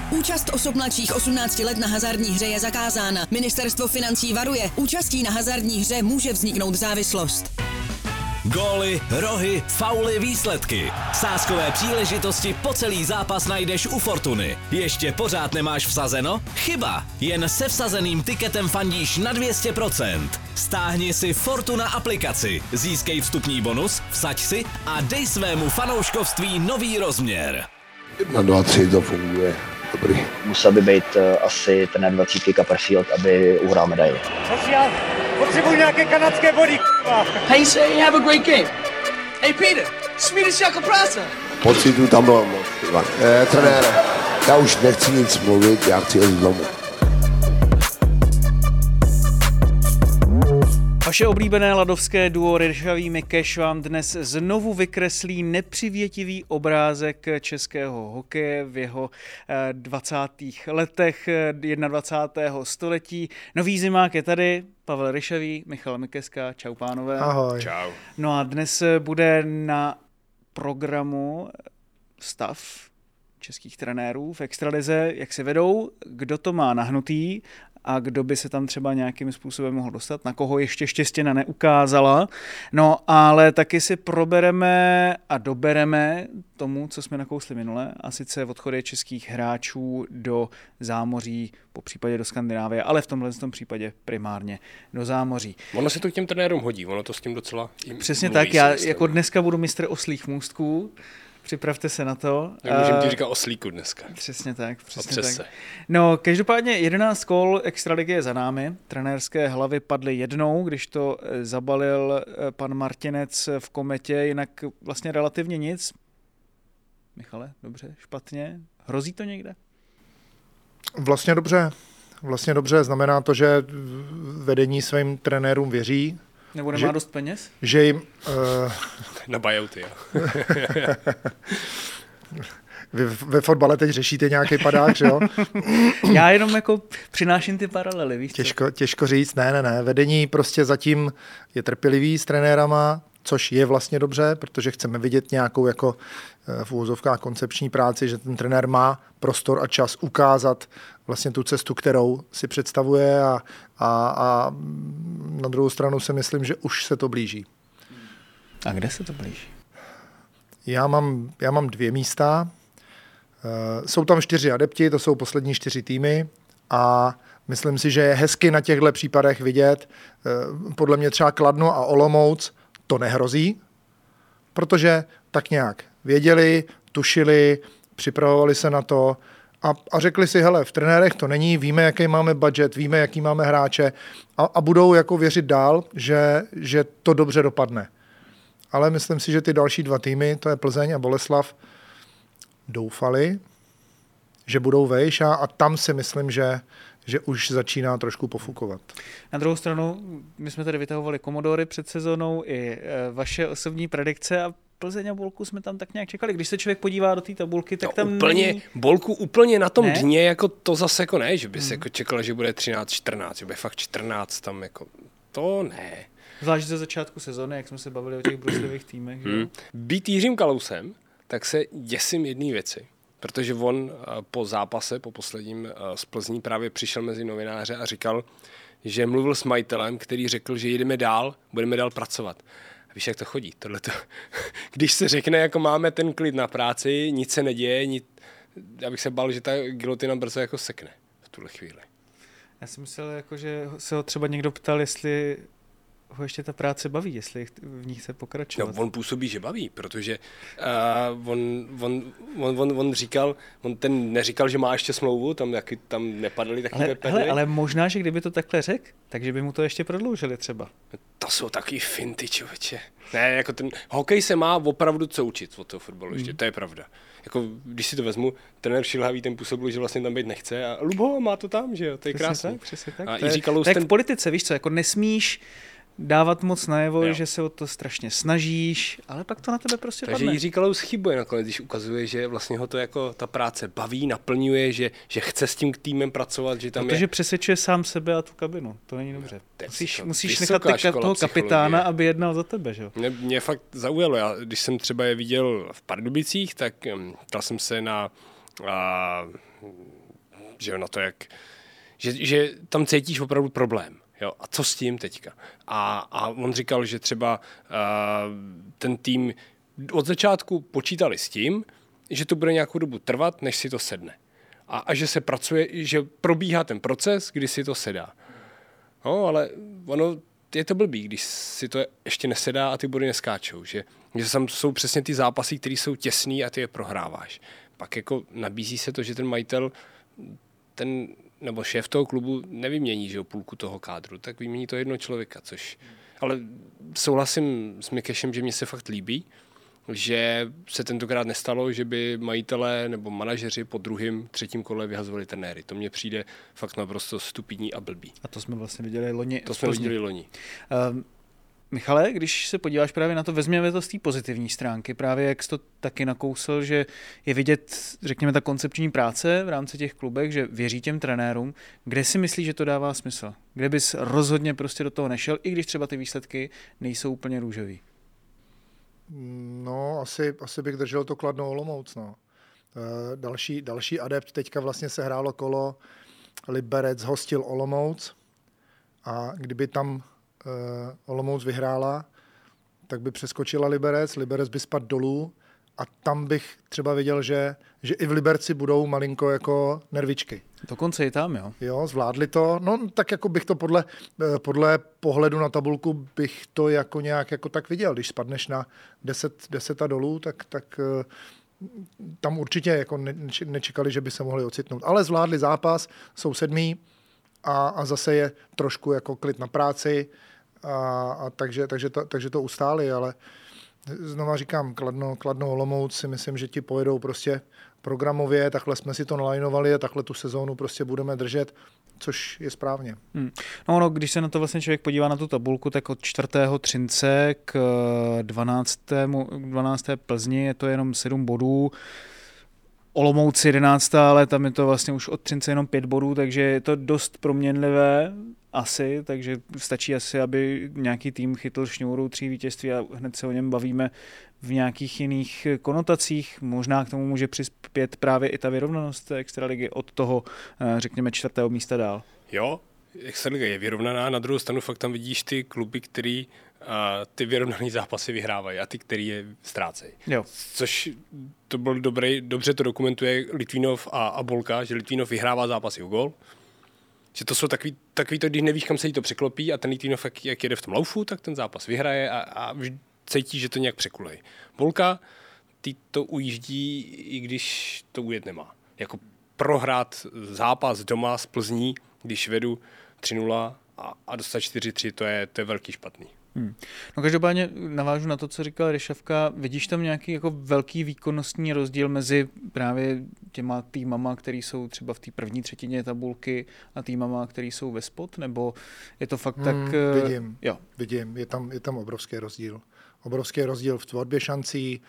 Účast osob mladších 18 let na hazardní hře je zakázána. Ministerstvo financí varuje, účastí na hazardní hře může vzniknout závislost. Góly, rohy, fauly, výsledky. Sázkové příležitosti po celý zápas najdeš u Fortuny. Ještě pořád nemáš vsazeno? Chyba! Jen se vsazeným tiketem fandíš na 200%. Stáhni si Fortuna aplikaci, získej vstupní bonus, vsaď si a dej svému fanouškovství nový rozměr. 1, 2, 3 to funguje. Dobrý. Musel by být asi ten 20 Copperfield, aby uhrál medaili. Potřebuji nějaké kanadské body, Hey, say have a great game. Hey, Peter, Swedish jako práce. Pocitu tam bylo moc, Ivan. Trenére, já už nechci nic mluvit, já chci jít domů. Vaše oblíbené ladovské duo Ryšavý Mikeš vám dnes znovu vykreslí nepřivětivý obrázek českého hokeje v jeho 20. letech 21. století. Nový zimák je tady, Pavel Ryšavý, Michal Mikeska, čau pánové. Ahoj. Čau. No a dnes bude na programu stav českých trenérů v extralize, jak se vedou, kdo to má nahnutý a kdo by se tam třeba nějakým způsobem mohl dostat, na koho ještě Štěstěna neukázala. No, ale taky si probereme a dobereme tomu, co jsme nakousli minule, a sice odchody českých hráčů do zámoří, po případě do Skandinávie, ale v tomhle případě primárně do zámoří. Ono se to k těm trenérům hodí, ono to s tím docela přesně tak, já jako dneska budu mistr oslích můstků. Připravte se na to. Můžeme ti říkat oslíku dneska. Přesně tak, přesně tak. No, každopádně 11 kol extraligy je za námi. Trenérské hlavy padly jednou, když to zabalil pan Martinec v Kometě, jinak vlastně relativně nic. Michale, dobře, špatně? Hrozí to někde? Vlastně dobře. Znamená to, že vedení svým trenérům věří. Nebo nemá dost peněz? Že jim... Na buyouty, jo. Vy ve fotbale teď řešíte nějaký padák, že jo? Já jenom jako přináším ty paralely, víš Těžko říct, ne. Vedení prostě zatím je trpělivý s trenérama, což je vlastně dobře, protože chceme vidět nějakou jako v úvozovkách koncepční práci, že ten trenér má prostor a čas ukázat vlastně tu cestu, kterou si představuje a na druhou stranu si myslím, že už se to blíží. A kde se to blíží? Já mám 2 místa. Jsou tam 4 adepti, to jsou poslední 4 týmy a myslím si, že je hezky na těchto případech vidět. Podle mě třeba Kladno a Olomouc to nehrozí, protože tak nějak věděli, tušili, připravovali se na to a řekli si, hele, v trenérech to není, víme, jaký máme budget, víme, jaký máme hráče a budou jako věřit dál, že to dobře dopadne. Ale myslím si, že ty další 2 týmy, to je Plzeň a Boleslav, doufali, že budou vejš a tam si myslím, že už začíná trošku pofukovat. Na druhou stranu, my jsme tady vytahovali Komodory před sezónou i vaše osobní predikce a Plzeň a Bolku jsme tam tak nějak čekali. Když se člověk podívá do té tabulky, tak tam úplně, Bolku úplně na tom dně, jako to zase jako ne, že by se jako čekalo, že bude 13-14, že bude fakt 14 tam jako, to ne. Zvlášť ze začátku sezóny, jak jsme se bavili o těch bruslivých týmech. Být Jiřím Kalousem, tak se děsím jedné věci. Protože on po zápase, po posledním z Plzní právě přišel mezi novináře a říkal, že mluvil s majitelem, který řekl, že jedeme dál, budeme dál pracovat. A víš, jak to chodí? Tohleto. Když se řekne, jako máme ten klid na práci, nic se neděje, já bych se bál, že ta gilotina brzo jako sekne v tuhle chvíli. Já si myslel, jako, že se ho třeba někdo ptal, jestli ho ještě ta práce baví, jestli v ní chce pokračovat. No, on působí, že baví, protože on říkal, on ten neříkal, že má ještě smlouvu, tam nepadaly takové perly. Ale možná, že kdyby to takhle řekl, takže by mu to ještě prodloužili třeba. To jsou takový finty, člověče. Ne, jako ten hokej se má opravdu co učit od toho fotbalu ještě, to je pravda. Jako, když si to vezmu, trenér Šilhavý ten působil, že vlastně tam být nechce a Lubo má to tam, že jo, to je krásné. Přesně tak. A Jiří Kalous tak v politice, víš co, jako nesmíš dávat moc najevo, že se o to strašně snažíš, ale pak to na tebe prostě padne. Takže Jiří Kalous chybuje nakonec, když ukazuje, že vlastně ho to jako ta práce baví, naplňuje, že chce s tím týmem pracovat, že tam protože přesvědčuje sám sebe a tu kabinu. To není dobře. Musíš nechat toho kapitána, psychologie, aby jednal za tebe, že jo? Mě fakt zaujalo. Já, když jsem třeba je viděl v Pardubicích, tak ptal jsem se na že na to, jak... Že tam cítíš opravdu problém. Jo? A co s tím teďka? A on říkal, že třeba ten tým od začátku počítali s tím, že to bude nějakou dobu trvat, než si to sedne. A že se pracuje, že probíhá ten proces, kdy si to sedá. No, ale ono je to blbý, když si to ještě nesedá a ty body neskáčou. Že tam jsou přesně ty zápasy, které jsou těsný a ty je prohráváš. Pak jako nabízí se to, že ten majitel, nebo šéf toho klubu nevymění, že půlku toho kádru, tak vymění to jednoho člověka, což... Ale souhlasím s Mikešem, že mě se fakt líbí, že se tentokrát nestalo, že by majitelé nebo manažeři po druhém, třetím kole vyhazovali trenéry. To mně přijde fakt naprosto stupidní a blbý. A to jsme vlastně viděli loni. To jsme viděli loni. Michale, když se podíváš právě na to, vezměme to z té pozitivní stránky, právě jak jsi to taky nakousl, že je vidět, řekněme, ta koncepční práce v rámci těch klubech, že věří těm trenérům. Kde si myslíš, že to dává smysl? Kde bys rozhodně prostě do toho nešel, i když třeba ty výsledky nejsou úplně růžový? No, asi bych držel to Kladno Olomouc. No. Další adept, teďka vlastně se hrálo kolo, Liberec hostil Olomouc a kdyby tam Olomouc vyhrála, tak by přeskočila Liberec by spadl dolů a tam bych třeba viděl, že i v Liberci budou malinko jako nervičky. Dokonce i tam, jo? Jo, zvládli to. No tak jako bych to podle pohledu na tabulku bych to jako nějak jako tak viděl. Když spadneš na 10 dolů, tak tam určitě jako nečekali, že by se mohli ocitnout. Ale zvládli zápas, jsou 7. a zase je trošku jako klid na práci a takže to ustáli, ale znova říkám, Kladno Olomouc si myslím, že ti pojedou prostě programově, takhle jsme si to nalajnovali a takhle tu sezónu prostě budeme držet, což je správně. No, když se na to vlastně člověk podívá na tu tabulku, tak od 4. Třince k 12. Plzni je to jenom 7 bodů. Olomouc 11. ale tam je to vlastně už od Třince jenom 5 bodů, takže je to dost proměnlivé asi, takže stačí asi, aby nějaký tým chytl šňůru 3 vítězství a hned se o něm bavíme v nějakých jiných konotacích. Možná k tomu může přispět právě i ta vyrovnanost extraligy od toho, řekněme, 4. místa dál. Jo, extraliga je vyrovnaná, na druhou stranu fakt tam vidíš ty kluby, který ty vyrovnaný zápasy vyhrávají a ty, který je ztrácejí. Jo. Což to byl dobře to dokumentuje Litvínov a Bolka, že Litvínov vyhrává zápasy o gól. Že to jsou takový to, když nevíš, kam se jí to překlopí a ten Litvínov, jak jede v tom laufu, tak ten zápas vyhraje a cítí, že to nějak překulej. Bolka, ty to ujíždí, i když to ujet nemá. Jako prohrát zápas doma z Plzní, když vedu 3-0 a dostat 4-3, to je velký špatný. No každopádně navážu na to, co říkal Ryšavka. Vidíš tam nějaký jako velký výkonnostní rozdíl mezi právě těma týmama, který jsou třeba v té první třetině tabulky a týmama, který jsou ve spod? Nebo je to fakt tak... Vidím. Je tam obrovský rozdíl. Obrovský rozdíl v tvorbě šancí,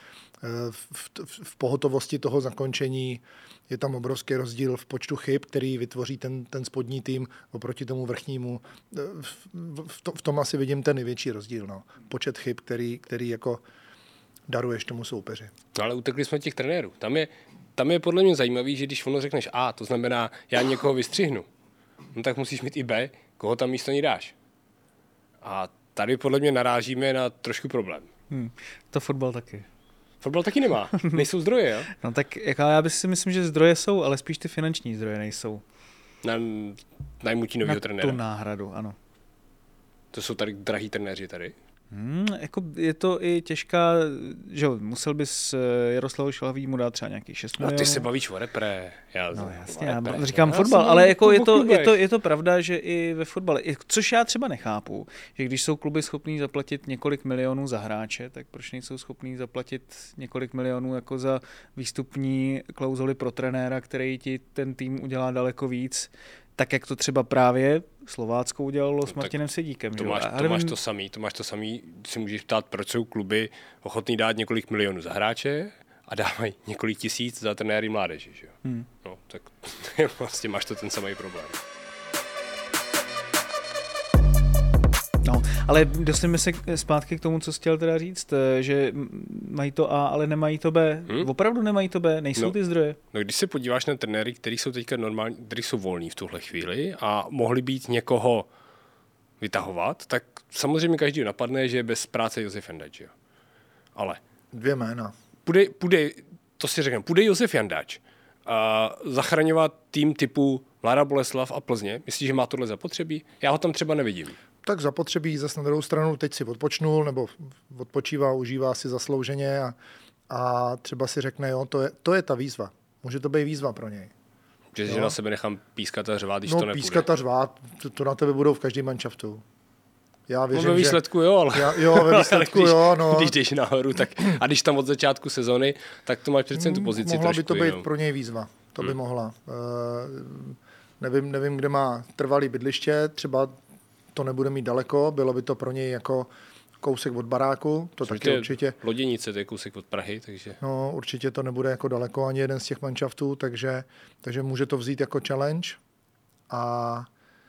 v pohotovosti toho zakončení. Je tam obrovský rozdíl v počtu chyb, který vytvoří ten spodní tým oproti tomu vrchnímu. V tom asi vidím ten největší rozdíl. No. Počet chyb, který jako daruješ tomu soupeři. No ale utekli jsme těch trenérů. Tam je podle mě zajímavý, že když ono řekneš A, to znamená, já někoho vystřihnu, no tak musíš mít i B, koho tam místo ní dáš. A tady podle mě narážíme na trošku problém. To fotbal taky. Fotbal taky nemá. Nejsou zdroje, jo? No tak já si myslím, že zdroje jsou, ale spíš ty finanční zdroje nejsou. Na najmutí nového trenéra. Na tu náhradu, ano. To jsou tady drahý trenéři tady? Jako je to i těžká, že musel bys Jaroslavu Šilhavýmu dát třeba nějakých 6 milionů. No ty se bavíš o repre. No jasně, já říkám fotbal, ale jako je to pravda, že i ve fotbale, což já třeba nechápu, že když jsou kluby schopní zaplatit několik milionů za hráče, tak proč nejsou schopní zaplatit několik milionů jako za výstupní klauzuli pro trenéra, který ti ten tým udělá daleko víc, tak jak to třeba právě Slovácko udělalo s Martinem Sedíkem. To máš to samý, si můžeš ptát, proč jsou kluby ochotný dát několik milionů za hráče a dávají několik tisíc za trenéry mládeže. Že? No, tak vlastně máš to ten samý problém. No, Ale dostaneme se zpátky k tomu, co jsi chtěl teda říct, že mají to A, ale nemají to B. Opravdu nemají to B, nejsou ty zdroje. No, když se podíváš na trenéry, kteří jsou teďka normální, kteří jsou volní v tuhle chvíli a mohli být někoho vytahovat, tak samozřejmě každý napadne, že je bez práce Josef Jandáč. Ale 2 jména. Půjde Josef Jandáč zachraňovat tým typu Mladá Boleslav a Plzně. Myslíš, že má tohle zapotřebí? Já ho tam třeba nevidím. Tak zapotřebí zase na druhou stranu teď si odpočnul, nebo odpočívá, užívá si zaslouženě a třeba si řekne, jo, to je ta výzva. Může to být výzva pro něj. Že na sebe nechám pískat a řvát, když to nepůjde. Pískat a řvát, to na tebe budou v každém manšaftu. Já věřím, ve výsledku jo, ale... ve výsledku jo, no. Když jdeš nahoru, tak a když tam od začátku sezony, tak to máš přece tu pozici mohla trošku. Mohla by to být pro něj výzva. To by mohla. Nevím, kde má trvalý bydliště, třeba to nebude mít daleko, bylo by to pro něj jako kousek od baráku, to taky určitě. Loděnice, to je kousek od Prahy, takže... No, určitě to nebude jako daleko ani jeden z těch manšaftů, takže může to vzít jako challenge a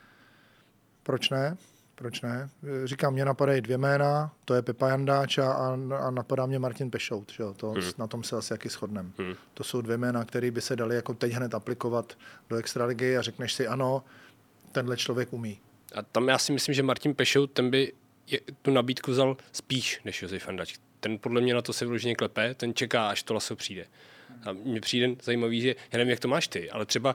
proč ne? Říkám, mě napadají 2 jména, to je Pepa Jandáč a napadá mě Martin Pešout. Že? Na tom se asi taky shodneme. To jsou 2 jména, které by se daly jako teď hned aplikovat do extraligy a řekneš si, ano, tenhle člověk umí. A tam já si myslím, že Martin Pešout, ten by tu nabídku vzal spíš než Josef Jandáč. Ten podle mě na to se vyloženě klepe, ten čeká, až to laso přijde. A mně přijde zajímavý, že já nevím, jak to máš ty, ale třeba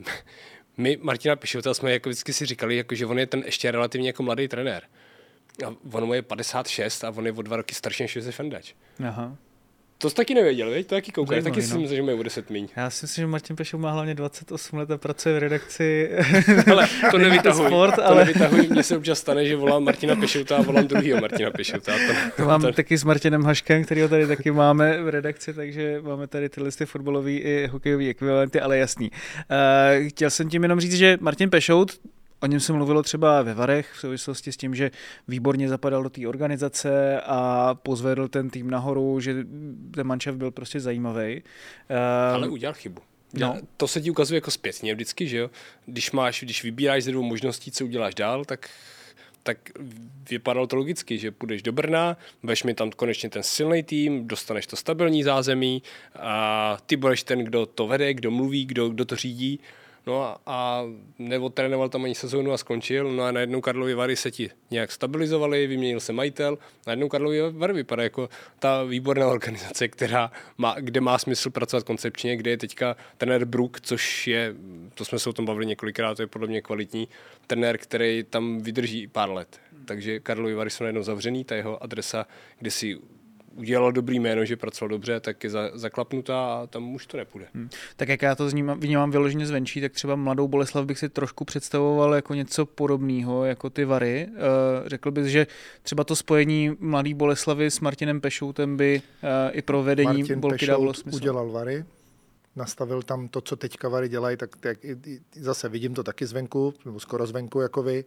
my Martina Pešouta jsme jako vždycky si říkali, jako, že on je ten ještě relativně jako mladý trenér. A on mu je 56 a on je o 2 roky starší než Josef Jandáč. Aha. To jsi taky nevěděl, veď? To taky koukáš, taky si myslím, že mají o 10 míň. Já si myslím, že Martin Pešout má hlavně 28 let a pracuje v redakci. Ale to nevytahuj, sport, ale... nevytahuj. Mně se občas stane, že volám Martina Pešouta a volám druhýho Martina Pešouta. To mám taky s Martinem Haškem, kterýho tady taky máme v redakci, takže máme tady ty listy fotbalový i hokejový ekvivalenty, ale jasný. Chtěl jsem tím jenom říct, že Martin Pešout, o něm se mluvilo třeba ve Varech v souvislosti s tím, že výborně zapadal do té organizace a pozvedl ten tým nahoru, že ten manšaft byl prostě zajímavý. Ale udělal chybu. No. To se ti ukazuje jako zpětně vždycky, že jo? Když vybíráš ze 2 možností, co uděláš dál, tak vypadalo to logicky, že půjdeš do Brna, budeš mi tam konečně ten silný tým, dostaneš to stabilní zázemí a ty budeš ten, kdo to vede, kdo mluví, kdo to řídí. No a neodtrénoval tam ani sezónu a skončil. No a najednou Karlovy Vary se ti nějak stabilizovaly, vyměnil se majitel. Najednou Karlovy Vary vypadá jako ta výborná organizace, kde má smysl pracovat koncepčně, kde je teďka trenér Brook, což je, to jsme se o tom bavili několikrát, to je podle mě kvalitní trenér, který tam vydrží pár let. Takže Karlovy Vary jsou najednou zavřený, ta jeho adresa, kde si udělal dobrý jméno, že pracoval dobře, tak je zaklapnutá a tam už to nepůjde. Tak jak já to vnímám vyloženě zvenčí, tak třeba Mladou Boleslav bych si trošku představoval jako něco podobného, jako ty Vary. Řekl bych, že třeba to spojení Mladé Boleslavy s Martinem Pešoutem by i pro vedení Bolky dávalo smysl. Udělal Vary, nastavil tam to, co teďka Vary dělají, tak zase vidím to taky zvenku, nebo skoro zvenku jako vy.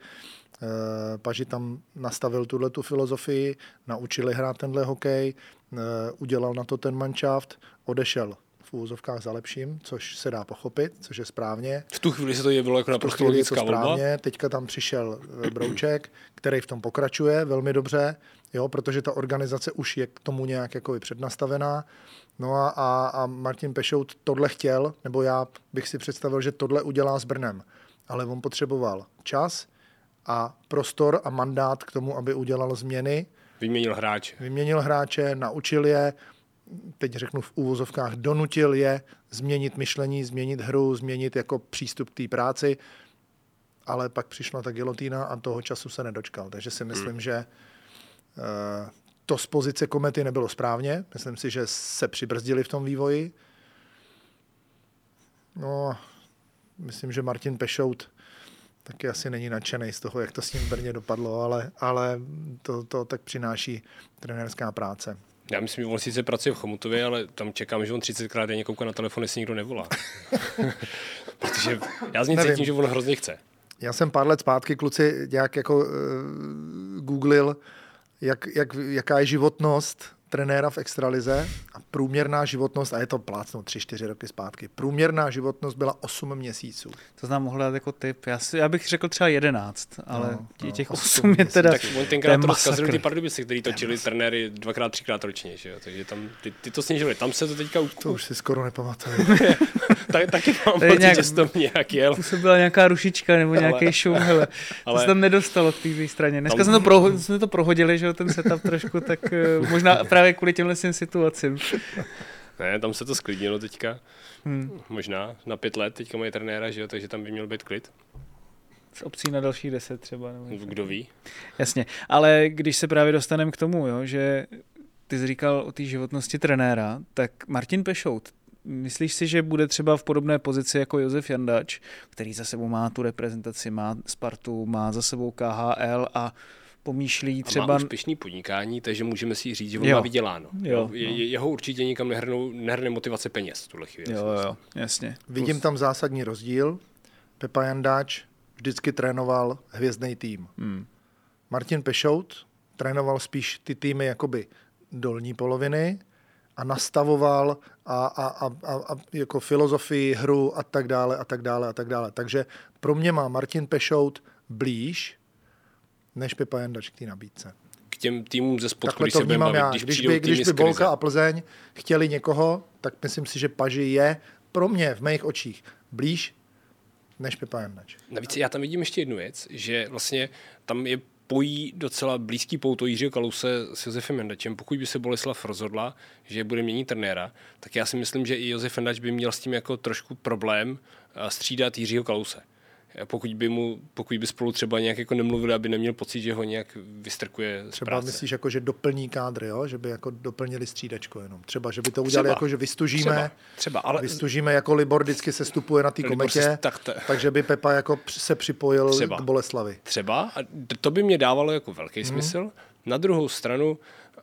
Paži tam nastavil tu filozofii, naučili hrát tenhle hokej, udělal na to ten manšaft, odešel v úvozovkách za lepším, což se dá pochopit, což je správně. V tu chvíli se to jevilo jako naprosto logická volba. Teďka tam přišel Brouček, který v tom pokračuje velmi dobře, jo, protože ta organizace už je k tomu nějak jako přednastavená. No a Martin Pešout tohle chtěl, nebo já bych si představil, že tohle udělá s Brnem. Ale on potřeboval čas a prostor a mandát k tomu, aby udělal změny. Vyměnil hráče, naučil je, teď řeknu v úvozovkách, donutil je změnit myšlení, změnit hru, změnit jako přístup k té práci, ale pak přišla ta gilotína a toho času se nedočkal. Takže si myslím, že to z pozice Komety nebylo správně. Myslím si, že se přibrzdili v tom vývoji. No, myslím, že Martin Pešout taky asi není nadšený z toho, jak to s ním v Brně dopadlo, ale to tak přináší trenérská práce. Já myslím, že on sice pracuje v Chomutově, ale tam čekám, že on 30krát denně kouká na telefon, jestli nikdo nevolá. Protože já z něj cítím, že on hrozně chce. Já jsem pár let zpátky, kluci, nějak jako googlil, jaká je životnost trenéra v extralize a průměrná životnost, a je to plácno 3-4 roky zpátky, průměrná životnost byla 8 měsíců. To znám mohl dát jako tip. Já bych řekl třeba 11, ale těch 8 je teda... Tak on tenkrát to rozkazil ty Pardubice, který točili trenéry 2x, 3x ročně, že jo? Takže tam ty to sněžili. Tam se to teďka... To už si skoro nepamatuju. Taky mám pocit, že to nějak jel. Působila nějaká rušička nebo nějaký šum, hele. To se tam nedostalo k té straně. Dneska jsme to prohodili, že jo, ten setup trošku, tak možná právě kvůli těmhle situacím. Ne, tam se to sklidnilo teďka. Možná na 5 let, teďka mají trenéra, že jo, takže tam by měl být klid. Z obcí na dalších 10 třeba. Nebo kdo ví. Jasně, ale když se právě dostaneme k tomu, jo, že ty jsi říkal o té životnosti trenéra, tak Martin Pešout, myslíš si, že bude třeba v podobné pozici jako Josef Jandač, který za sebou má tu reprezentaci, má Spartu, má za sebou KHL a pomýšlí třeba... A má úspěšný podnikání, takže můžeme si říct, že on má vyděláno. Jeho určitě nikam nehrne motivace peněz v tuhle chvíli. Jo, jasně. Vidím tam zásadní rozdíl. Pepa Jandáč vždycky trénoval hvězdný tým. Martin Pešout trénoval spíš ty týmy jakoby dolní poloviny a nastavoval a jako filozofii, hru a tak dále a tak dále a tak dále. Takže pro mě má Martin Pešout blíž než Pepa Jandač k té nabídce. K těm týmům ze spodku, když se budeme bavit, když by Bolka a Plzeň chtěli někoho, tak myslím si, že Paži je pro mě v mých očích blíž než Pepa Jandač. Navíc já tam vidím ještě jednu věc, že vlastně tam je pojí docela blízký pouto Jiřího Kalouse s Josefem Jandačem. Pokud by se Boleslav rozhodla, že bude měnit trenéra, tak já si myslím, že i Josef Jandač by měl s tím jako trošku problém střídat Jiřího Kalouse. Pokud by spolu třeba nějak jako nemluvili, aby neměl pocit, že ho nějak vystrkuje z třeba práce. Myslíš, jako, že doplní kádry, jo? Že by jako doplnili střídačko jenom. Třeba, že by to udělali jako, že vystužíme, ale vystužíme, jako Libor vždycky se stupuje na té kometě, takže by Pepa jako se připojil k Boleslavi. Třeba, a to by mě dávalo jako velký smysl. Na druhou stranu,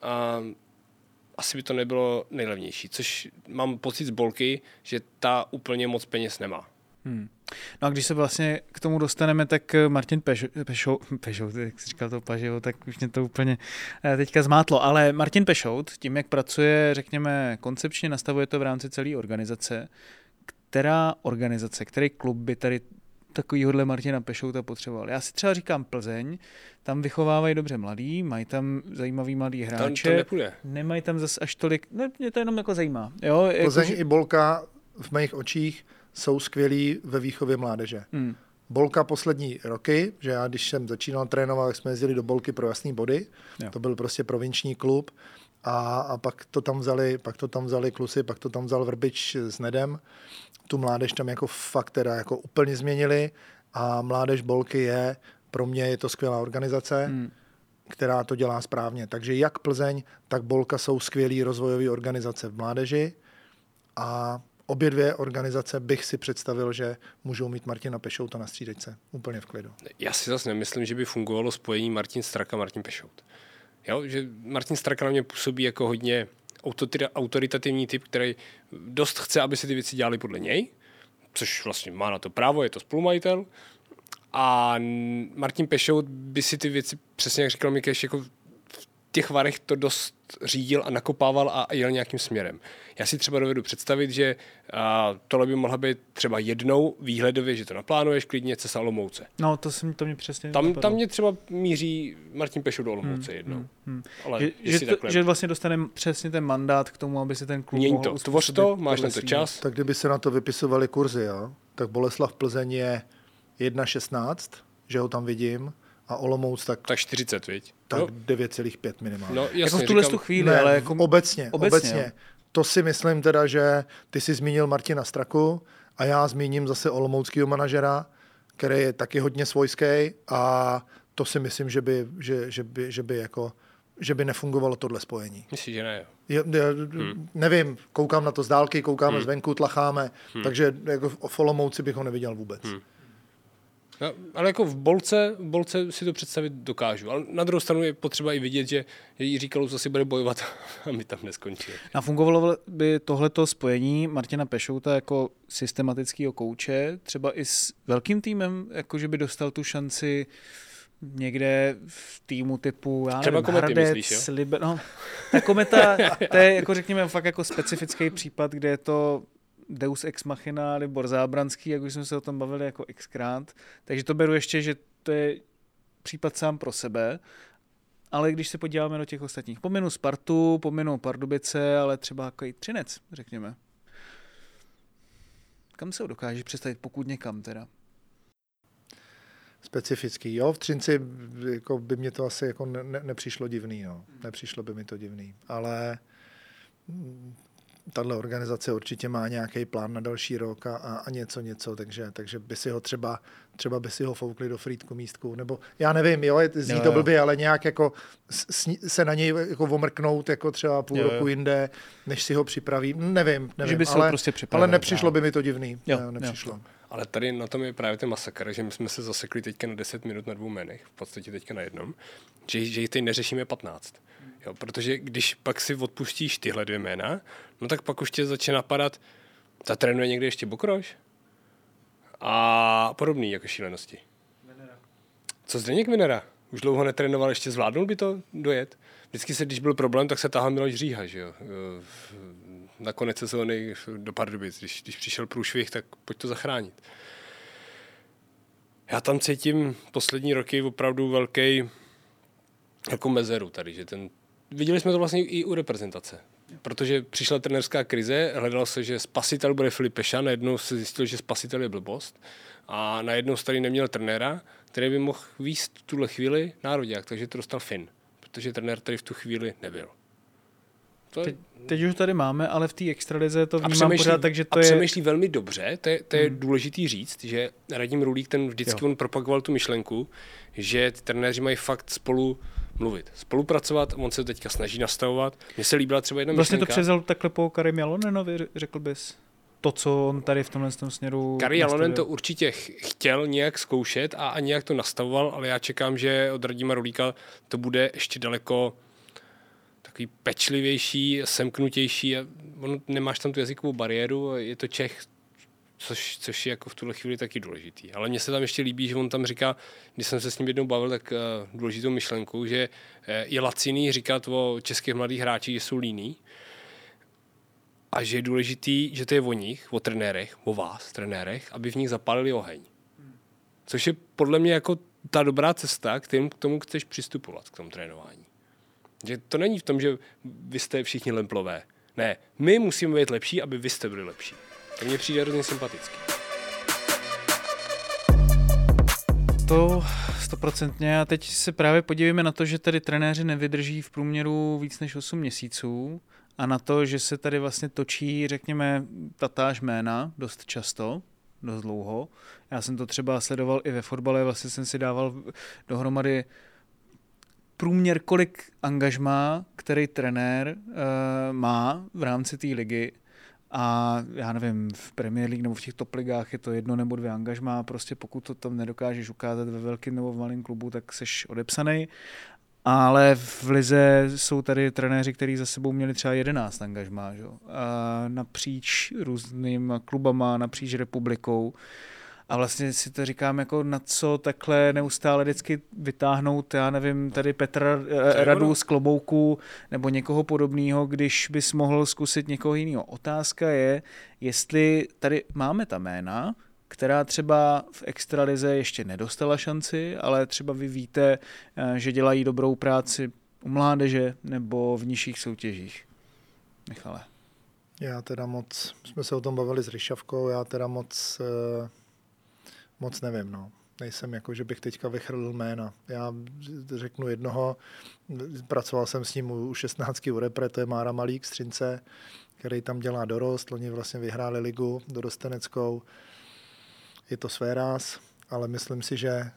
asi by to nebylo nejlevnější, což mám pocit z Bolky, že ta úplně moc peněz nemá. No a když se vlastně k tomu dostaneme, tak Martin Pešout, jak jsi říkal to Paživo, tak už mě to úplně teďka zmátlo, ale Martin Pešout, tím, jak pracuje, řekněme, koncepčně, nastavuje to v rámci celé organizace, který klub by tady takovýhodle Martina Pešouta potřeboval? Já si třeba říkám Plzeň, tam vychovávají dobře mladý, mají tam zajímavý mladý hráče, nemají tam zase až tolik, ne, mě to jenom jako zajímá. Jo, Plzeň i Bolka v mých očích jsou skvělí ve výchově mládeže. Bolka poslední roky, že já když jsem začínal trénovat, tak jsme jezdili do Bolky pro Jasný Body, to byl prostě provinční klub a pak to tam vzali kluci, pak to tam vzal Vrbič s Nedem. Tu mládež tam jako fakt teda jako úplně změnili a mládež Bolky pro mě je to skvělá organizace, která to dělá správně. Takže jak Plzeň, tak Bolka jsou skvělý rozvojové organizace v mládeži a obě dvě organizace bych si představil, že můžou mít Martina Pešouta na střídačce úplně v klidu. Já si zase nemyslím, že by fungovalo spojení Martin Straka a Martin Pešout. Jo, že Martin Straka na mě působí jako hodně autoritativní typ, který dost chce, aby se ty věci dělaly podle něj, což vlastně má na to právo, je to spolumajitel. A Martin Pešout by si ty věci, přesně jak říkal Mikeš, jako v těch varech to dost řídil a nakopával a jel nějakým směrem. Já si třeba dovedu představit, že tohle by mohla být třeba jednou výhledově, že to naplánuješ klidně Cesa Olomouce. No, to mě přesně tam mě třeba míří Martin Pešout do Olomouce jednou. Ale že vlastně dostane přesně ten mandát k tomu, aby si ten klub mohl uspůsobit. Tvoř to, máš na to čas. Tak kdyby se na to vypisovali kurzy, jo? Tak Boleslav Plzeň je 1,16, že ho tam vidím, a Olomouc tak 40, viď? Tak 9,5 minimálně. No, jasně, jako v tuhle chvíli, ne, ale jako obecně. To si myslím teda, že ty jsi zmínil Martina Straku a já zmíním zase olomouckého manažera, který je taky hodně svojský a to si myslím, že by nefungovalo tohle spojení. Myslíš, že ne? Nevím, koukám na to z dálky, koukáme zvenku, tlacháme, takže jako v Olomouci bych ho neviděl vůbec. No, ale jako v Bolce si to představit dokážu. Ale na druhou stranu je potřeba i vidět, že Jiří Kalous asi bude bojovat a my tam neskončí. A fungovalo by tohleto spojení Martina Pešouta jako systematického kouče, třeba i s velkým týmem, jakože by dostal tu šanci někde v týmu typu, já třeba nevím, Komety Hradec, myslíš, jo? no, ta Kometa, to je jako řekněme fakt jako specifický případ, kde je to Deus ex machina, Libor Zábranský, jak už jsme se o tom bavili jako xkrát, takže to beru ještě, že to je případ sám pro sebe, ale když se podíváme do těch ostatních, pominu Spartu, pominu Pardubice, ale třeba jako i Třinec, řekněme. Kam se ho dokážeš představit, pokud někam teda? Specifický, jo, v Třinci jako by mě to asi jako nepřišlo divný, no. Nepřišlo by mi to divný, ale tahle organizace určitě má nějaký plán na další rok a něco, takže by si ho třeba by si ho foukli do Frýdku místku, nebo já nevím, jo, zní to blbě, ale nějak jako se na něj jako omrknout jako třeba půl roku jinde, než si ho připraví, nevím, že by ale, prostě ale nepřišlo by mi to divný, nepřišlo. Jo. Ale tady na tom je právě ten masakr, že my jsme se zasekli teďka na 10 minut na 2 jménech, v podstatě teďka na jednom, že jich teď neřešíme 15. Jo, protože když pak si odpustíš tyhle 2 jména, no tak pak už tě začne napadat, zatrénuje někde ještě Bokroš a podobný jako šílenosti. Venera. Co Zdeněk Venera? Už dlouho netrénoval, ještě zvládnul by to dojet? Vždycky se, když byl problém, tak se tahal Miloš Říha, že jo? Na konec sezóny do Pardubic, když přišel průšvih, tak pojď to zachránit. Já tam cítím poslední roky opravdu velkou mezeru tady, že viděli jsme to vlastně i u reprezentace, protože přišla trenérská krize, hledalo se, že spasitel bude Filip Peša, najednou se zjistilo, že spasitel je blbost a najednou tady neměl trenéra, který by mohl vést v tuhle chvíli nároďák, takže to dostal Finn, protože trenér tady v tu chvíli nebyl. Teď už tady máme, ale v té extralize to vnímám pořád, takže to je... A přemýšlí velmi dobře, to je důležitý říct, že Radim Rulík ten vždycky on propagoval tu myšlenku, že ty trenéři mají fakt spolu mluvit, spolupracovat, on se teďka snaží nastavovat. Mně se líbila třeba jedna myšlenka. Vlastně to převzal takhle po Karim Jalonenovi, řekl bys? To, co on tady v tomhle směru... Karim Jalonen to určitě chtěl nějak zkoušet a nějak to nastavoval, ale já čekám, že od Radima Rulíka to bude ještě daleko takový pečlivější, semknutější. Nemáš tam tu jazykovou bariéru, je to Čech, což je jako v tuhle chvíli taky důležitý. Ale mně se tam ještě líbí, že on tam říká, když jsem se s ním jednou bavil, tak důležitou myšlenku, že je laciný říkat o českých mladých hráčích, že jsou líní a že je důležitý, že to je o nich, o trenérech, o vás, trenérech, aby v nich zapálili oheň. Což je podle mě jako ta dobrá cesta, k tomu chceš přistupovat, k tomu trénování. Že to není v tom, že vy jste všichni lemplové. Ne, my musíme být lepší, aby vy jste byli lepší. To mně přijde hrozně sympatický. To 100%. A teď se právě podívejme na to, že tady trenéři nevydrží v průměru víc než 8 měsíců a na to, že se tady vlastně točí, řekněme, tatáž jména dost často, dost dlouho. Já jsem to třeba sledoval i ve fotbale, vlastně jsem si dával dohromady průměr, kolik angažmá, který trenér má v rámci té ligy. A já nevím, v Premier League nebo v těch top ligách je to 1 nebo 2 angažmá, prostě pokud to tam nedokážeš ukázat ve velkém nebo v malém klubu, tak seš odepsanej. Ale v lize jsou tady trenéři, kteří za sebou měli třeba 11 angažmá, že? A napříč různýma klubama, napříč republikou. A vlastně si to říkám, jako na co takhle neustále vždycky vytáhnout, já nevím, tady Petra Radu z klobouku nebo někoho podobného, když bys mohl zkusit někoho jiného. Otázka je, jestli tady máme ta jména, která třeba v extralize ještě nedostala šanci, ale třeba vy víte, že dělají dobrou práci u mládeže nebo v nižších soutěžích. Michale. Já teda moc, jsme se o tom bavili s Ryšavkou, já teda moc nevím, no. Nejsem jako, že bych teďka vychrlil jména. Já řeknu jednoho, pracoval jsem s ním u 16 u repre, to je Mára Malík z Třince, který tam dělá dorost, oni vlastně vyhráli ligu dorosteneckou. Je to svéráz, ale myslím si, že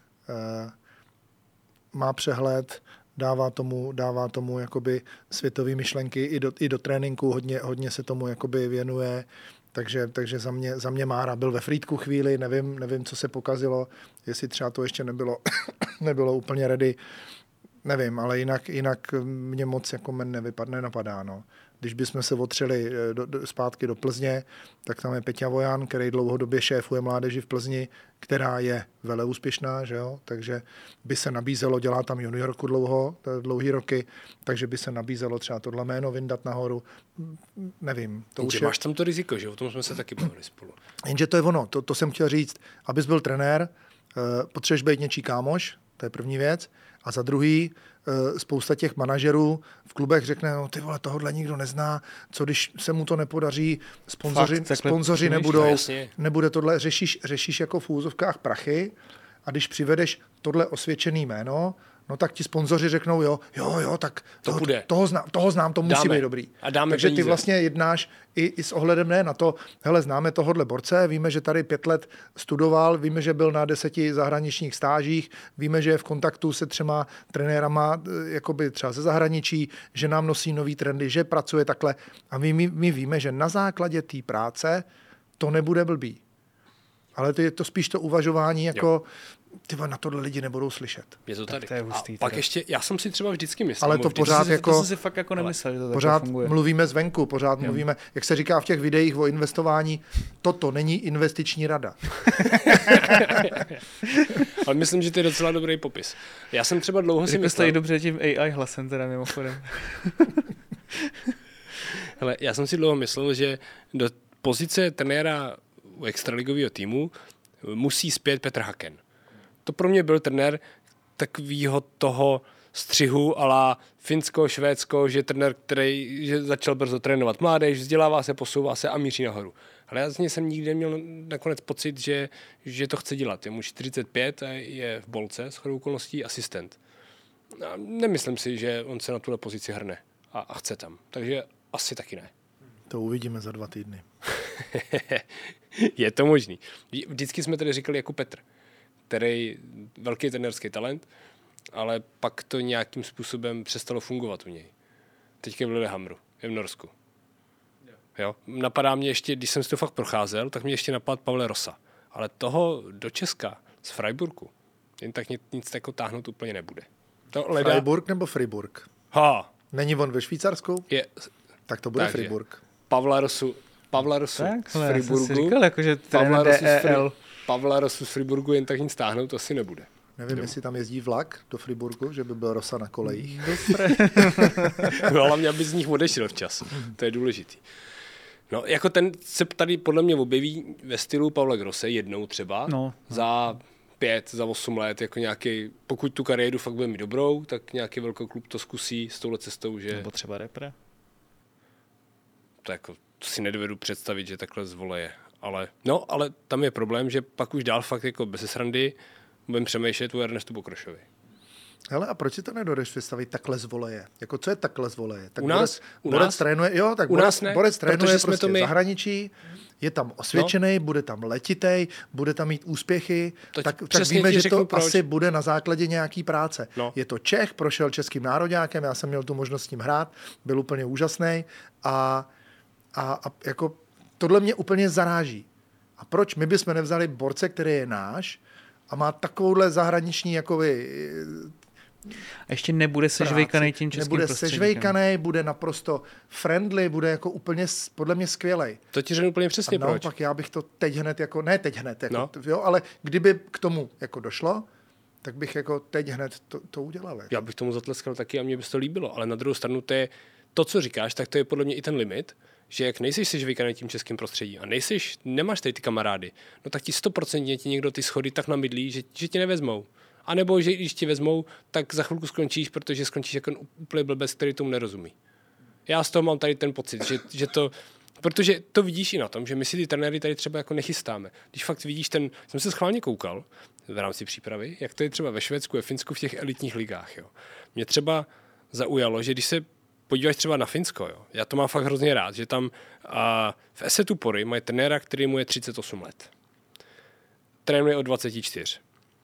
má přehled, dává tomu jakoby světové myšlenky i do tréninku, hodně se tomu jakoby věnuje. Takže za mě Mára byl ve Frýdku chvíli, nevím, co se pokazilo, jestli třeba to ještě nebylo úplně ready, nevím, ale jinak mě moc jako nenapadá, no. Když bychom se otřeli zpátky do Plzně, tak tam je Peťa Vojan, který dlouhodobě šéfuje mládeži v Plzni, která je veleúspěšná, že jo? Takže by se nabízelo, dělá tam juniorku dlouhý roky, takže by se nabízelo třeba tohle jméno vyndat nahoru. Nevím. To už máš tam to riziko, že o tom jsme se taky bavili spolu. Jenže to je ono, to jsem chtěl říct. Abys byl trenér, potřebuješ být něčí kámoš, to je první věc. A za druhý, spousta těch manažerů v klubech řekne, no ty vole, tohle nikdo nezná, co když se mu to nepodaří, sponzoři nebudou, nebude tohle, řešíš jako v úzovkách prachy a když přivedeš tohle osvědčený jméno, no tak ti sponzoři řeknou, jo, tak toho znám, to musí být dobrý. Takže ty vlastně jednáš i s ohledem ne na to, hele, známe tohodle borce, víme, že tady 5 let studoval, víme, že byl na 10 zahraničních stážích, víme, že je v kontaktu se 3 trenérama, jakoby třeba ze zahraničí, že nám nosí nový trendy, že pracuje takhle. A my víme, že na základě té práce to nebude blbý. Ale to je to spíš to uvažování jako... Tyba, na tohle lidi nebudou slyšet. Je to tady. To je hustý, a pak ještě, já jsem si třeba vždycky myslel. Ale to pořád to jsem si fakt jako nemyslel, že to pořád mluvíme zvenku, mluvíme, jak se říká v těch videích o investování, toto není investiční rada. Ale myslím, že to je docela dobrý popis. Já jsem třeba dlouho si myslel... Stojí dobře tím AI hlasem teda mimochodem. Hele, já jsem si dlouho myslel, že do pozice trenéra u extraligového týmu musí zpět Petr Haken. To pro mě byl trenér takovýho toho střihu ala Finsko, Švédsko, že trenér, který že začal brzo trénovat mládež, vzdělává se, posouvá se a míří nahoru. Ale já z něj jsem nikdy neměl nakonec pocit, že to chce dělat. Je mu 45 a je v Bolce, shodou okolností asistent. A nemyslím si, že on se na tuhle pozici hrne a chce tam. Takže asi taky ne. To uvidíme za 2 týdny. Je to možný. Vždycky jsme tady říkali jako Petr, který velký trenérský talent, ale pak to nějakým způsobem přestalo fungovat u něj. Teďka v Lillehammeru, je v Norsku. Jo? Napadá mě ještě, když jsem si to fakt procházel, tak mě ještě napadl Pavle Rosa. Ale toho do Česka, z Freiburgu, jen tak nic jako táhnout úplně nebude. Freiburg nebo Fribourg? Není on ve Švýcarsku? Tak to bude takže Fribourg. Pavla Rosu z Friburgu. Říkal, jakože Pavla Rosu z Friburgu jen tak nic táhnout, to asi nebude. Nevím, jestli tam jezdí vlak do Friburgu, že by byl Rosa na kolejích. No, hlavně, aby z nich odešel včas. To je důležitý. No, jako ten se tady podle mě objeví ve stylu Pavla Grosse jednou třeba. Za 5, za 8 let, jako nějaký, pokud tu kariéru fakt bude mít dobrou, tak nějaký velký klub to zkusí s touhle cestou, že... Nebo třeba repre. To jako, to si nedovedu představit, že takhle zvoleje. Ale tam je problém, že pak už dál fakt jako bez srandy budeme přemýšlet o Ernestu Bokrošovi. Hele, a proč si to nedodeš představit takhle zvoleje? Jako co je takhle zvoleje? Tak u nás trénuje, jo, tak Borec trénuje prostě v zahraničí, je tam osvědčený, bude tam letitej, bude tam mít úspěchy, tak víme, že to asi bude na základě nějaký práce. Je to Čech, prošel českým nároďákem, já jsem měl tu možnost s ním hrát, byl úplně úžasný a jako tohle mě úplně zaráží. A proč my bychom nevzali borce, který je náš a má takovouhle zahraniční jakoby... A ještě nebude sežvejkanej tím českým nebude prostředníkem. Sežvejkanej, bude naprosto friendly, bude jako úplně podle mě skvělej. To ti řeknu úplně přesně proč. Naopak já bych to teď hned jako, ne teď hned, jako, jo, ale kdyby k tomu jako došlo, tak bych jako teď hned to udělal. Já bych tomu zatleskal taky a mě by to líbilo, ale na druhou stranu to, co říkáš, tak to je podle mě i ten limit, že jak nejseš sežvejkanej tím českým prostředí a nemáš tady ty kamarády, no tak ti 100% ti někdo ty schody tak namydlí, že tě nevezmou. A nebo že když ti vezmou, tak za chvilku skončíš, protože skončíš jako úplně blbec, který tomu nerozumí. Já z toho mám tady ten pocit, že to, protože to vidíš i na tom, že my si ty trenéry tady třeba jako nechystáme. Když fakt vidíš jsem se schválně koukal v rámci přípravy, jak to je třeba ve Švédsku, ve Finsku v těch elitních ligách. Jo. Mě třeba zaujalo, že když se podíváš třeba na Finsko, jo, já to mám fakt hrozně rád, že tam v Esetu Pori mají trenéra, který mu je 38 let. Trénuje od 24.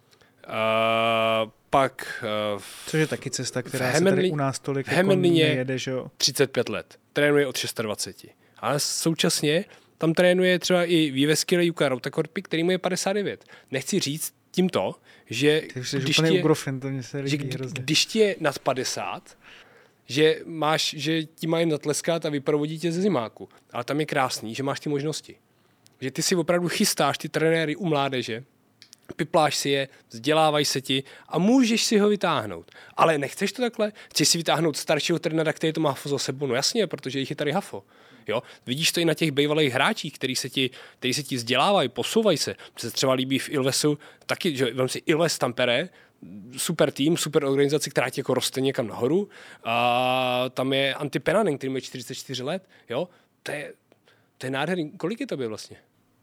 Pak což je taky cesta, která se tady u nás tolik jako nejede, že jo? 35 let. Trénuje od 26. Ale současně tam trénuje třeba i výveskyle Jukka Rautakorpi, který mu je 59. Nechci říct tímto, že když ti je nad 50, že ti mají natleskat a vyprovodí tě ze zimáku. Ale tam je krásný, že máš ty možnosti. Že ty si opravdu chystáš ty trenéry u mládeže, pipláš si je, vzdělávají se ti a můžeš si ho vytáhnout. Ale nechceš to takhle? Chceš si vytáhnout staršího trenéra, který to má hafo za sebou? No jasně, protože jich je tady hafo. Jo? Vidíš to i na těch bývalých hráčích, kteří se ti vzdělávají, posouvají se. Mně se třeba líbí v Ilvesu taky, že vem si Ilves Tampere, super tým, super organizace, která ti jako roste někam nahoru. A tam je Antti Penanen, který má 44 let. Jo? To je nádherný. Kolik je tobě vlastně?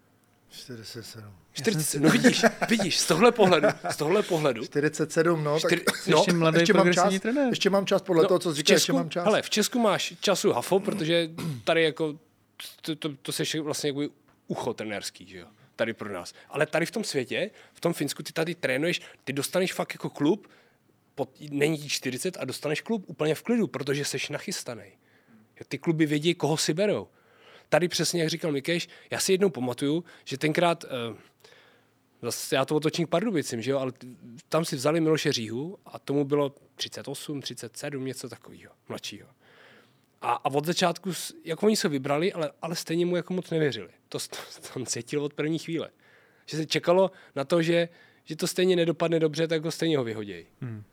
47. 47, no vidíš, z tohle pohledu. 47, no, tak ještě mladý progresivní trenér. Ještě mám čas podle toho, co říkáš, ještě mám čas. Hele, v Česku máš času hafo, protože tady jako, to seš vlastně jako ucho trenérský, že jo, tady pro nás. Ale tady v tom světě, v tom Finsku, ty tady trénuješ, ty dostaneš fakt jako klub, není ti 40 a dostaneš klub úplně v klidu, protože seš nachystanej. Ty kluby vědí, koho si berou. Tady přesně, jak říkal Mikeš, já si jednou pamatuju, že tenkrát, zase já to otočím k Pardubicím, že jo, ale tam si vzali Miloše Říhu a tomu bylo 38, 37, něco takového, mladšího. A od začátku, jako oni se vybrali, ale stejně mu jako moc nevěřili. To tam cítilo od první chvíle. Že se čekalo na to, že to stejně nedopadne dobře, tak ho stejně ho vyhodějí.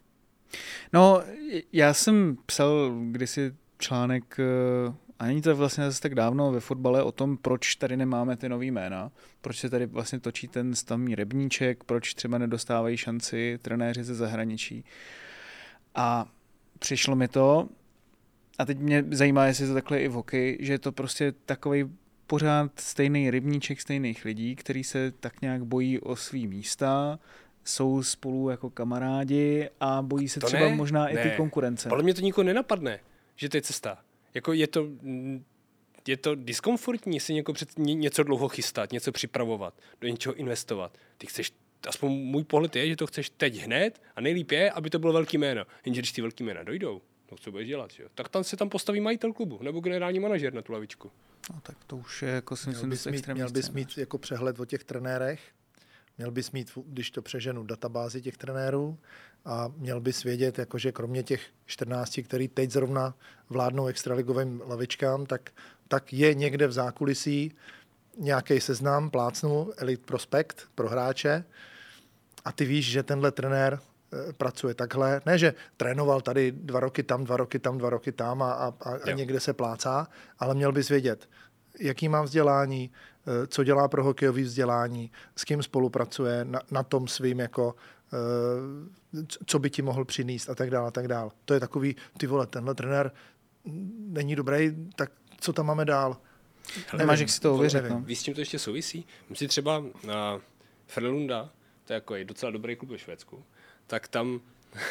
No, já jsem psal kdysi článek, a není to vlastně zase tak dávno ve fotbale, o tom, proč tady nemáme ty nový jména, proč se tady vlastně točí ten stavný rebníček, proč třeba nedostávají šanci trenéři ze zahraničí. A přišlo mi to, a teď mě zajímá, jestli to takhle i v hokeji, že je to prostě takovej pořád stejný rybníček stejných lidí, kteří se tak nějak bojí o svý místa, jsou spolu jako kamarádi a bojí se to třeba možná i ty konkurence. Podle mě to nikoho nenapadne, že to je cesta. Jako je to diskomfortní si něco dlouho chystat, něco připravovat, do něčeho investovat. Ty chceš, aspoň můj pohled je, že to chceš teď hned a nejlíp je, aby to bylo velký jméno. Jenže když ty velký jména dojdou, no co budeš dělat, že? Tak tam se tam postaví majitel klubu nebo generální manažer na tu lavičku. No tak to už je jako si myslím, Měl bys mít jako přehled o těch trenérech, měl bys mít, když to přeženu, databázi těch trenérů a měl bys vědět, jakože kromě těch 14, který teď zrovna vládnou extraligovým lavičkám, tak je někde v zákulisí nějaký seznam, plácnu, Elite Prospect pro hráče a ty víš, že tenhle trenér pracuje takhle. Ne, že trénoval tady 2 roky tam, 2 roky tam, 2 roky tam a někde se plácá, ale měl bys vědět, jaký má vzdělání, co dělá pro hokejové vzdělání, s kým spolupracuje na tom svým, jako, co by ti mohl přinést a tak dále, a tak dále. To je takový, ty vole, tenhle trenér není dobrý, tak co tam máme dál? Nemáš, jak si to ověřit. No. Víš, s tím to ještě souvisí? Myslím třeba na Frölunda, to je jako docela dobrý klub ve Švédsku, tak tam...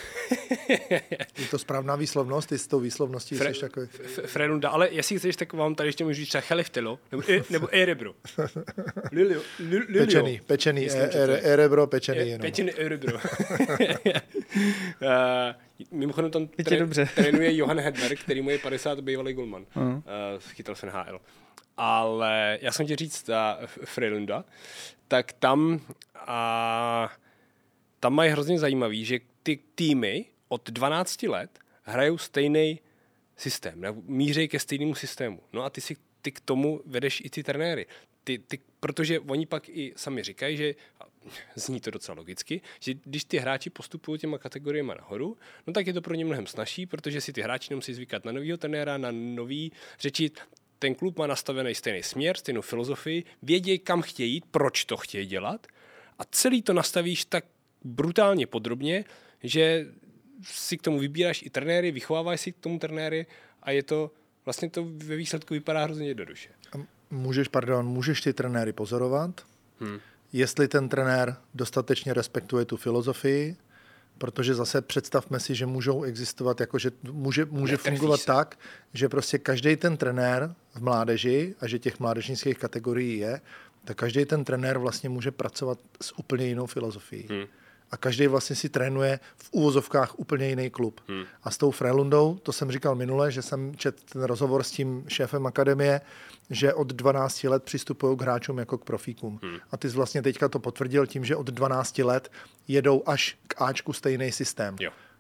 Je to správná výslovnost, ty s tou výslovností jsi takový... Frölunda, ale jestli chceš, tak vám tady ještě můžu říct třeba Cheliftelo, nebo Erebro. Pečený, Erebro, pečený jenom. Pečený Erebro. Mimochodem tam trénuje Johan Hedberg, který mu je 50 bývalý golman. Chytal v NHL. Ale já jsem ti říct, Frölunda, tak tam mají hrozně zajímavý, že ty týmy od 12 let hrajou stejný systém, mířejí ke stejnému systému. No a ty k tomu vedeš i ty trenéry. Protože oni pak i sami říkají, že zní to docela logicky, že když ty hráči postupují těma kategoriemi nahoru, no tak je to pro ně mnohem snazší, protože si ty hráči nemusí zvykat na novýho trenéra, na nový řeči. Ten klub má nastavený stejný směr, stejnou filozofii, vědějí, kam chtějí jít, proč to chtějí dělat a celý to nastavíš tak brutálně podrobně, že si k tomu vybíráš i trenéry, vychováváš si k tomu trenéry a je to, vlastně to ve výsledku vypadá hrozně jednoduše. Můžeš ty trenéry pozorovat, jestli ten trenér dostatečně respektuje tu filozofii, protože zase představme si, že můžou existovat, jakože může fungovat tak, že prostě každý ten trenér v mládeži, a že těch mládežnických kategorií je, tak každý ten trenér vlastně může pracovat s úplně jinou filozofií. A každý vlastně si trénuje v úvozovkách úplně jiný klub. A s tou Frölundou, to jsem říkal minule, že jsem četl ten rozhovor s tím šéfem akademie, že od 12 let přistupují k hráčům jako k profíkům. A ty jsi vlastně teďka to potvrdil tím, že od 12 let jedou až k Ačku stejný systém.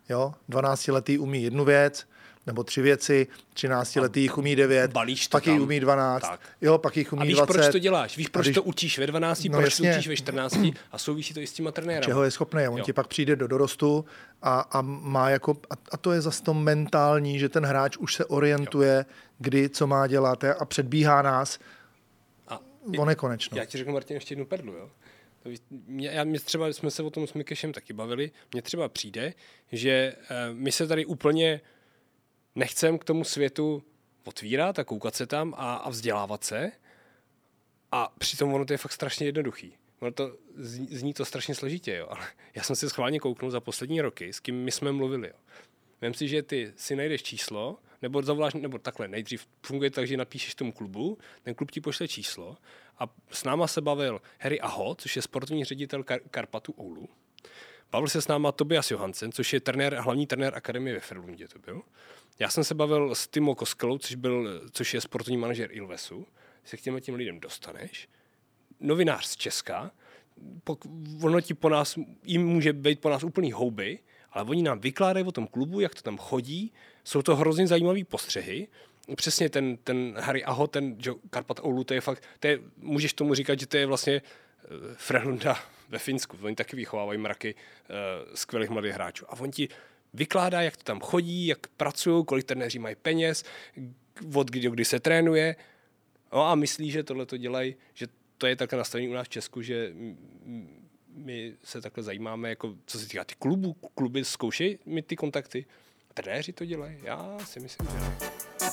Jo? 12letý umí jednu věc, nebo 3 věci, 13letý jich umí 9, pak jich umí 12, tak. Jo, pak jich umí 20. A víš, proč to děláš? Víš, proč to učíš ve 12, proč to učíš ve 14 a souvisí to i s těma trenérama. Čeho je schopný? On ti pak přijde do dorostu a má jako, a to je zase to mentální, že ten hráč už se orientuje, kdy, co má dělat a předbíhá nás. O nekonečno. Já ti řeknu, Martin, ještě jednu perlu, jo. Mě třeba, jsme se o tom s Mikešem taky bavili, mně třeba přijde, že my se tady úplně nechcem k tomu světu otvírat a koukat se tam a vzdělávat se a přitom ono to je fakt strašně jednoduchý. Ono to zní to strašně složitě, jo, ale já jsem si schválně kouknul za poslední roky, s kým my jsme mluvili, jo. Vem si, že ty si najdeš číslo, nebo zavoláš, nebo takhle, nejdřív funguje tak, že napíšeš tomu klubu, ten klub ti pošle číslo a s náma se bavil Harry Aho, což je sportovní ředitel Karpatu Oulu. Bavil se s náma Tobias Johansen, což je hlavní trenér akademie ve Frölundě to byl. Já jsem se bavil s Timo Koskelou, což je sportovní manažer Ilvesu. Se k těm lidem dostaneš. Novinář z Česka, ono ti jim může být po nás úplný houby, ale oni nám vykládají o tom klubu, jak to tam chodí. Jsou to hrozně zajímavý postřehy. Přesně ten Harry Aho, ten Karpat Oulu, to je fakt, můžeš tomu říkat, že to je vlastně Frölunda ve Finsku. Oni taky vychovávají mraky skvělých mladých hráčů. A on ti vykládá, jak to tam chodí, jak pracují, kolik trenéři mají peněz, od kdy se trénuje. No a myslí, že tohle to dělají, že to je takhle nastavení u nás v Česku, že my se takhle zajímáme, jako, co se týká ty kluby zkoušejí mi ty kontakty. Trenéři to dělají? Já si myslím, že ne.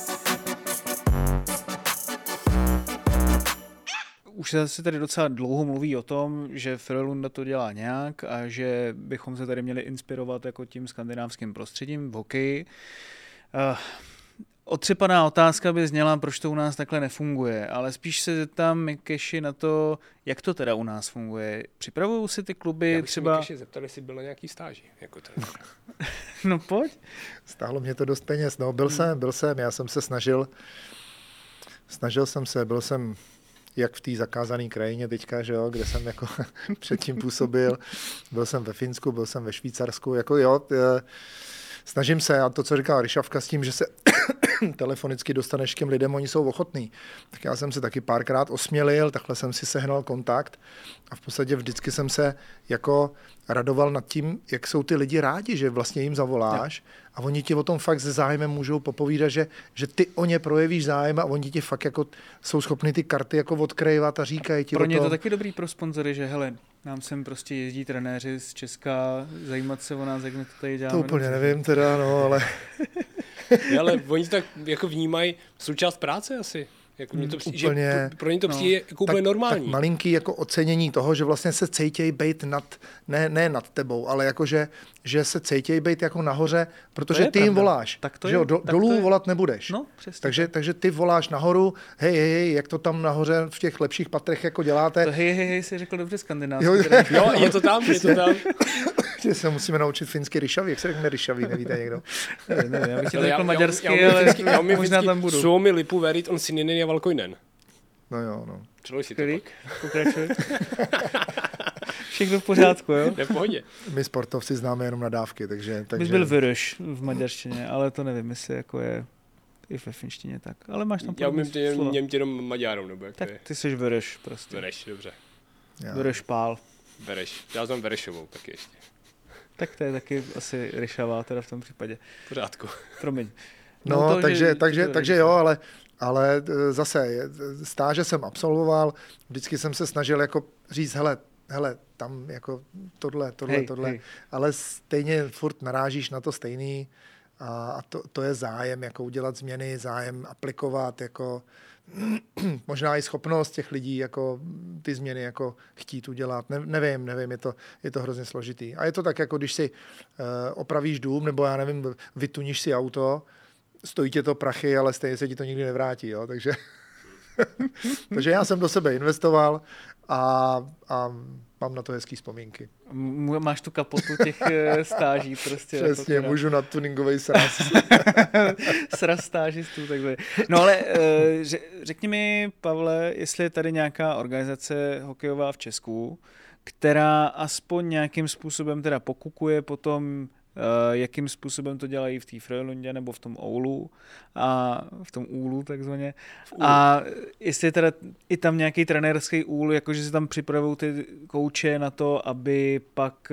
Už se tady docela dlouho mluví o tom, že Frölunda to dělá nějak a že bychom se tady měli inspirovat jako tím skandinávským prostředím v hokeji. Otřepaná otázka by zněla, proč to u nás takhle nefunguje, ale spíš se zeptám Mikeši na to, jak to teda u nás funguje. Připravují si ty kluby já bych třeba... Já bych se Mikeši zeptal, jestli byl na nějaký stáži jako trenér. No pojď. Stáhlo mě to dost peněz. No, byl jsem, já jsem se snažil jsem jak v té zakázané krajině teďka, že jo, kde jsem jako předtím působil. Byl jsem ve Finsku, byl jsem ve Švýcarsku, jako jo, snažím se, a to, co říkal Ryšavka s tím, že se telefonicky dostaneš k těm lidem, oni jsou ochotní. Tak já jsem se taky párkrát osmělil, takhle jsem si sehnal kontakt a v podstatě vždycky jsem se jako radoval nad tím, jak jsou ty lidi rádi, že vlastně jim zavoláš a oni ti o tom fakt se zájmem můžou popovídat, že ty o ně projevíš zájem a oni ti fakt jako jsou schopni ty karty jako odkrývat a říkají ti o tom. Pro ně je to taky dobrý pro sponzory, že hele, nám sem prostě jezdí trenéři z Česka, zajímat se o nás, jak my to tady děláme. To úplně nevím teda, no, ale... Ale oni tak jako vnímají součást práce asi. Jako mě to přijde, úplně, že pro ně to přijde jako úplně normální. Tak malinký jako ocenění toho, že vlastně se cítějí být ne nad tebou, ale jako že se cítějí být jako nahoře, protože ty jim voláš. Tak to že dolů volat nebudeš. No, přesně. Takže ty voláš nahoru, hej, jak to tam nahoře v těch lepších patrech jako děláte. To hej, jsi řekl dobře skandinávský. Jo, je to tam. Že se musíme naučit finsky ryšavý. Jak se řekne ryšavý, nevíte někdo? Ne, já bych ti to řekl maďarsky, ale možná tam budu. Suomi lipu verit on sininen ja valkoinen. No jo, no. Skvělík, pokračuj. Všechno v pořádku, jo? Ne, v pohodě. My sportovci známe jenom nadávky, takže... Bys byl vyrš v maďarštině, ale to nevím, jestli jako je i ve finštině tak. Ale máš tam já umím jenom maďárom, nebo jak tak to je? Ty jsi vyrš prostě. Vyrš, dobře. Vyrš pál. Vereš. Já znám Verešovou taky ještě. Tak to je taky asi ryšavá teda v tom případě. V pořádku. Promiň. No takže jo, ale zase stáže jsem absolvoval, vždycky jsem se snažil jako říct, hele, tam jako tohle, hej. Ale stejně furt narážíš na to stejný a to je zájem, jako udělat změny, zájem aplikovat, jako možná i schopnost těch lidí jako ty změny jako chtít udělat. Nevím, je to hrozně složitý. A je to tak, jako když si opravíš dům, nebo já nevím, vytuníš si auto, stojí tě to prachy, ale stejně se ti to nikdy nevrátí, jo, takže takže já jsem do sebe investoval a mám na to hezký vzpomínky. Máš tu kapotu těch stáží prostě. Přesně, jako můžu na tuningovej sraz. Sraz stážistů, takhle. No ale řekni mi, Pavle, jestli je tady nějaká organizace hokejová v Česku, která aspoň nějakým způsobem teda pokukuje potom jakým způsobem to dělají v té Frölundě nebo v tom Oulu a v tom Úlu takzvaně. A jestli je teda i tam nějaký trenérský úl, jakože si tam připravují ty kouče na to, aby pak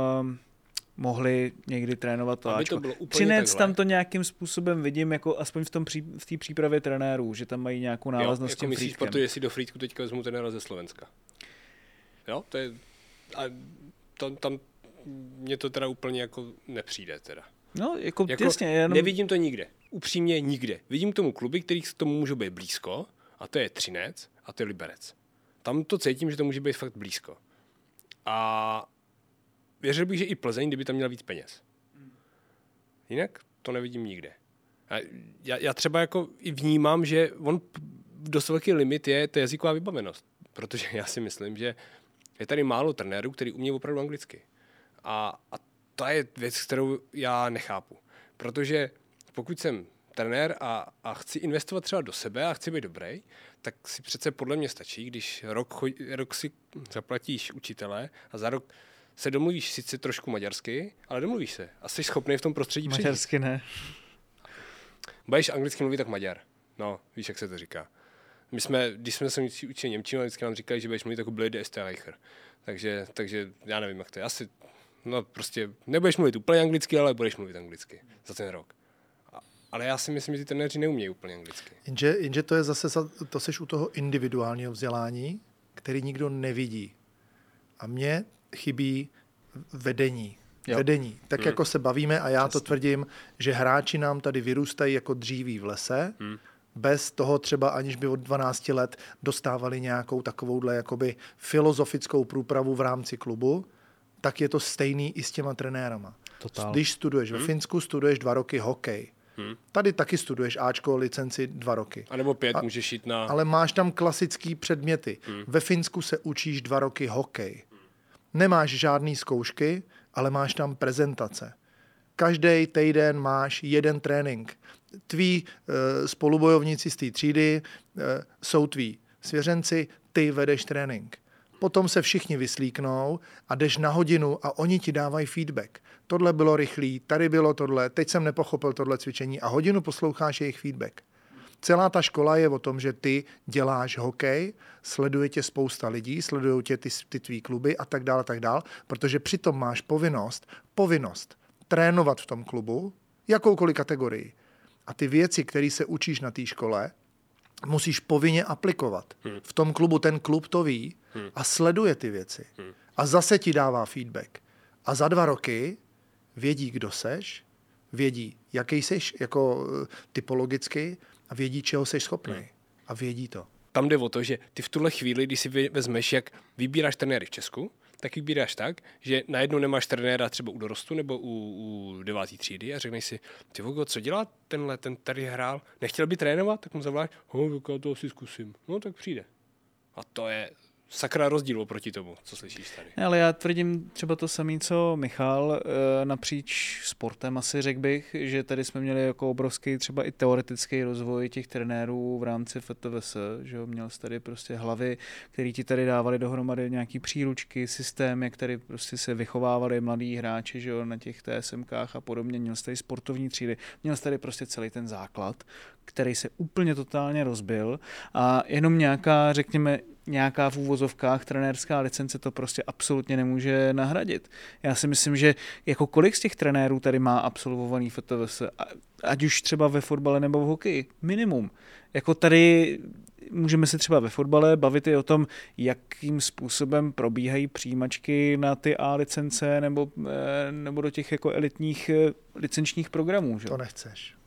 mohli někdy trénovat to Ačko. Třinec tam to nějakým způsobem vidím, jako aspoň v té přípravě trenérů, že tam mají nějakou návaznost s tím myslíš, Frýdkem. protože jestli do Frýdku teďka vezmu trenéra ze Slovenska. Jo, to je... A tam mně to teda úplně jako nepřijde teda. No, jako jasně. Jenom... Nevidím to nikde. Upřímně nikde. Vidím k tomu kluby, který k tomu můžou být blízko, a to je Třinec a to je Liberec. Tam to cítím, že to může být fakt blízko. A věřil bych, že i Plzeň, kdyby tam měla víc peněz. Jinak to nevidím nikde. A já třeba jako i vnímám, že on dost velký limit je ta jazyková vybavenost. Protože já si myslím, že je tady málo trenérů, který umí opravdu anglicky. A to je věc, kterou já nechápu. Protože pokud jsem trenér a chci investovat třeba do sebe a chci být dobrý, tak si přece podle mě stačí, když rok si zaplatíš učitele a za rok se domluvíš sice trošku maďarsky, ale domluvíš se a jsi schopný v tom prostředí přijít. Maďarsky ne. Budeš anglicky mluvit, tak Maďar. No, víš, jak se to říká. Když jsme se učili němčinu, vždycky nám říkali, že budeš mluvit jako Blade Estelacher. Takže já nevím, jak to je. Asi, no prostě nebudeš mluvit úplně anglicky, ale budeš mluvit anglicky za ten rok. Ale já si myslím, že ty trenéři neumějí úplně anglicky. Jenže to je zase, to seš u toho individuálního vzdělání, který nikdo nevidí. A mně chybí vedení. Jo. Vedení. Tak jako se bavíme a já to tvrdím, že hráči nám tady vyrůstají jako dříví v lese, bez toho třeba aniž by od 12 let dostávali nějakou takovouhle jakoby filozofickou průpravu v rámci klubu, tak je to stejný i s těma trenérama. Totál. Když studuješ ve Finsku, studuješ 2 roky hokej. Tady taky studuješ Ačko, licenci 2 roky. A nebo 5 můžeš jít na... Ale máš tam klasický předměty. Ve Finsku se učíš 2 roky hokej. Nemáš žádný zkoušky, ale máš tam prezentace. Každý týden máš 1 trénink. Tví spolubojovníci z té třídy jsou tví svěřenci, ty vedeš trénink. Potom se všichni vyslíknou a jdeš na hodinu a oni ti dávají feedback. Tohle bylo rychlý, tady bylo tohle, teď jsem nepochopil tohle cvičení a hodinu posloucháš jejich feedback. Celá ta škola je o tom, že ty děláš hokej, sleduje tě spousta lidí, sledují tě ty tvý kluby a tak dále, protože přitom máš povinnost trénovat v tom klubu jakoukoliv kategorii. A ty věci, které se učíš na té škole, musíš povinně aplikovat. V tom klubu ten klub to ví a sleduje ty věci. A zase ti dává feedback. A za 2 roky vědí, kdo seš, vědí, jaký seš jako typologicky a vědí, čeho seš schopný. A vědí to. Tam jde o to, že ty v tuhle chvíli, když si vezmeš, jak vybíráš trenéry v Česku, tak vybíráš tak, že najednou nemáš trenéra třeba u dorostu nebo u 9. třídy a řekneš si, ty vogo, co dělá ten tady hrál? Nechtěl by trénovat? Tak mu zavoláš, já to asi zkusím. No tak přijde. A to je sakra rozdíl oproti tomu, co slyšíš tady. Ale já tvrdím třeba to samé, co Michal, napříč sportem asi řekl bych, že tady jsme měli jako obrovský třeba i teoretický rozvoj těch trenérů v rámci FTVS, že jo, měl jsi tady prostě hlavy, který ti tady dávali dohromady nějaký příručky, systém, jak tady prostě se vychovávali mladí hráči, že jo, na těch TSMkách a podobně, měl jsi tady sportovní třídy, měl jsi tady prostě celý ten základ, který se úplně totálně rozbil a jenom nějaká, řekněme, nějaká v úvozovkách trenérská licence to prostě absolutně nemůže nahradit. Já si myslím, že jako kolik z těch trenérů tady má absolvovaný FTVS, ať už třeba ve fotbale nebo v hokeji, minimum. Jako tady můžeme se třeba ve fotbale bavit i o tom, jakým způsobem probíhají přijímačky na ty A licence nebo do těch jako elitních licenčních programů. Že? To nechceš.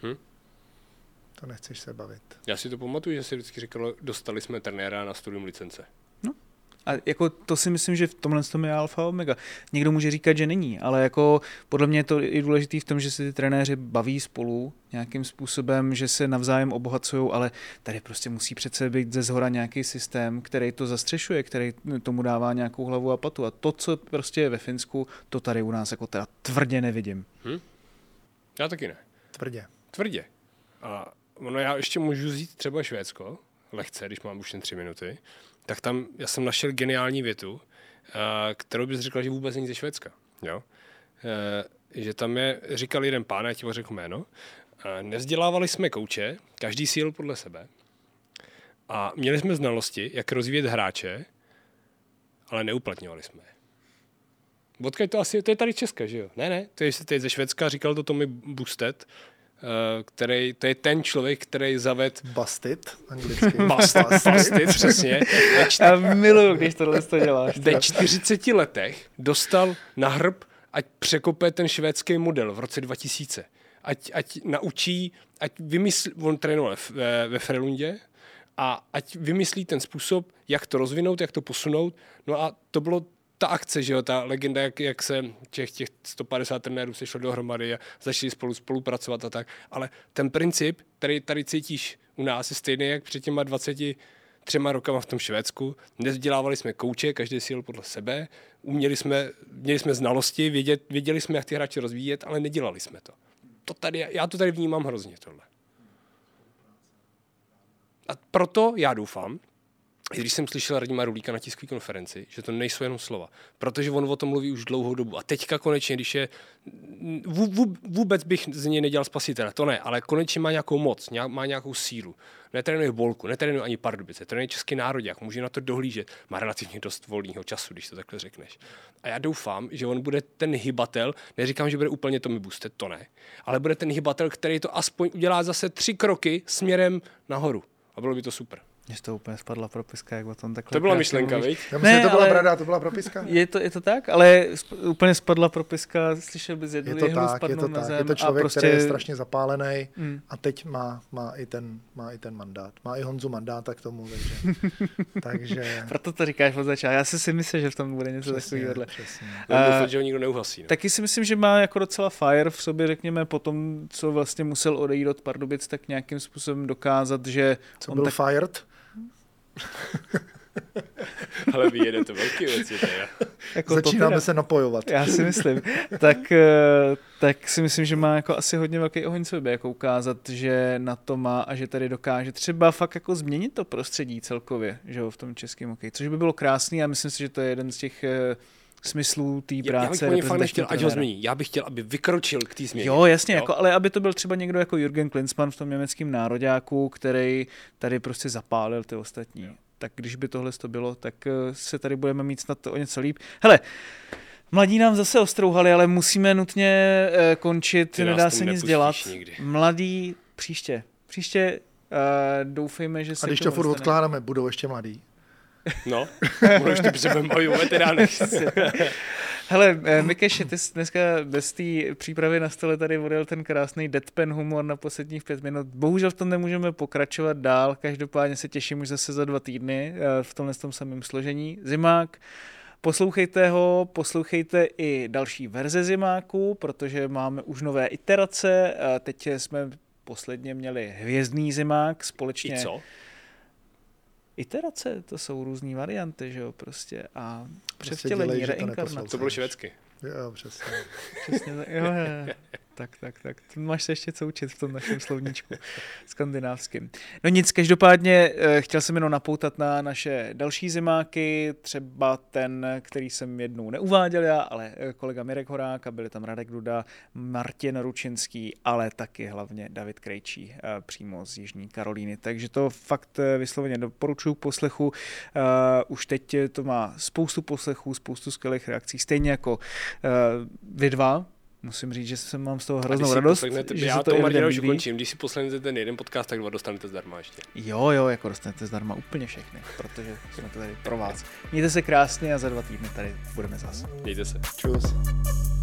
To nechceš se bavit. Já si to pamatuju, že si vždycky říkalo, dostali jsme trenéra na studium licence. No. A jako to si myslím, že v tomhle tom je alfa omega. Někdo může říkat, že není, ale jako podle mě je to i důležitý v tom, že se ty trenéři baví spolu nějakým způsobem, že se navzájem obohacujou, ale tady prostě musí přece být ze zhora nějaký systém, který to zastřešuje, který tomu dává nějakou hlavu a patu. A to, co prostě je ve Finsku, to tady u nás jako teda tvrdě nevidím. Já taky ne. Tvrdě. A ono, já ještě můžu vzít třeba Švédsko, lehce, když mám už jen 3 minuty, tak tam já jsem našel geniální větu, kterou bys řekla, že vůbec není ze Švédska. Jo? že tam říkal jeden pán, já ti ho řeknu jméno, nevzdělávali jsme kouče, každý si jel podle sebe a měli jsme znalosti, jak rozvíjet hráče, ale neuplatňovali jsme je. Odkud to asi, to je tady Česka, že jo? Ne, to je ze Švédska, říkal to Tommy Busted, který, to je ten člověk, který zaved... Busted, anglicky. Busted, přesně. Já miluju, když tohle to děláš. Ve 40 letech dostal na hrb, ať překope ten švédský model v roce 2000. Ať naučí, ať vymyslí, on trénoval ve Frelundě, a ať vymyslí ten způsob, jak to rozvinout, jak to posunout. No a to bylo ta akce, že jo, ta legenda, jak se těch 150 trenérů sešlo dohromady a začali spolupracovat a tak. Ale ten princip, který tady cítíš u nás, je stejný jak před těma 23 rokama v tom Švédsku. Nevzdělávali jsme kouče, každý si jel podle sebe, měli jsme znalosti, věděli jsme, jak ty hráče rozvíjet, ale nedělali jsme to. Já to tady vnímám hrozně, tohle. A proto já doufám, když jsem slyšel Radima Rulíka na tiskové konferenci, že to nejsou jenom slova, protože on o tom mluví už dlouhou dobu. A teďka konečně, když je... Vůbec bych z něj nedělal spasitele, to ne, ale konečně má nějakou moc, má nějakou sílu. Netrénuje Bolku, netrénuje ani Pardubice, trénuje český nároďák, může na to dohlížet, má relativně dost volného času, když to takhle řekneš. A já doufám, že on bude ten hybatel, neříkám, že bude úplně Tommy Busted, to ne, ale bude ten hybatel, který to aspoň udělá zase 3 kroky směrem nahoru. A bylo by to super. Mně z toho úplně spadla propiska, jak o tom takhle. To byla myšlenka, viď? Já myslím, že to byla brada, to byla propiska. Je to tak, ale úplně spadla propiska, slyšel bys jednu jehlu spadnout na zem. Je to člověk, který je strašně zapálený a teď má i ten mandát. Má i Honzu mandáta k tomu, takže... Proto to říkáš od začátku. Já si myslím, že v tom bude něco takového. Doufám, že ho nikdo neuhasí. Taky si myslím, že má jako docela fire v sobě, řekněme, po tom, co vlastně musel odejít od Pardubic, tak nějakým způsobem dokázat, že... Co byl fired? Ale vy jedete velký věci. Jako začínáme se napojovat. Já si myslím. Tak si myslím, že má jako asi hodně velký oheň sobě, jako ukázat, že na to má a že tady dokáže třeba fakt jako změnit to prostředí celkově, že jo, v tom českém hokeji. Což by bylo krásný a myslím si, že to je jeden z těch smyslů té práce. Já bych fakt nechtěl, ať ho změní. Já bych chtěl, aby vykročil k té změně. Jo, jasně, jako, ale aby to byl třeba někdo jako Jürgen Klinsmann v tom německém nároďáku, který tady prostě zapálil ty ostatní. Jo. Tak když by tohle to bylo, tak se tady budeme mít snad o něco líp. Hele, mladí nám zase ostrouhali, ale musíme nutně končit, nedá se nic dělat. Nikdy. Mladí příště doufejme, že se... A když to furt odkládáme, budou ještě mladí. No, můžeš to přebem mluví o veteránech. Hele, Mikeši, ty jsi dneska bez té přípravy na stole tady odjel ten krásný deadpan humor na posledních 5 minut. Bohužel v tom nemůžeme pokračovat dál, každopádně se těším už zase za 2 týdny v tomhle samém složení. Zimák, poslouchejte ho, poslouchejte i další verze Zimáku, protože máme už nové iterace. Teď jsme posledně měli Hvězdný Zimák společně. I co? Iterace, to jsou různý varianty, že jo, prostě. A převtělení, reinkarnace. To bylo švédsky. Jo, přesně. Přesně, jo. Tak. Máš se ještě co učit v tom našem slovníčku skandinávským. No nic, každopádně chtěl jsem jenom napoutat na naše další zimáky, třeba ten, který jsem jednou neuváděl já, ale kolega Mirek Horák, a byli tam Radek Duda, Martin Ručinský, ale taky hlavně David Krejčí přímo z Jižní Karolíny. Takže to fakt vysloveně doporučuji k poslechu. Už teď to má spoustu poslechů, spoustu skvělých reakcí, stejně jako vy dva. Musím říct, že mám z toho hroznou radost. Já to Martina už ukončím. Když si poslechnete ten jeden podcast, tak 2 dostanete zdarma ještě. Jo, jako dostanete zdarma úplně všechny, protože jsme to tady pro vás. Mějte se krásně a za 2 týdny tady budeme zase. Mějte se. Čus.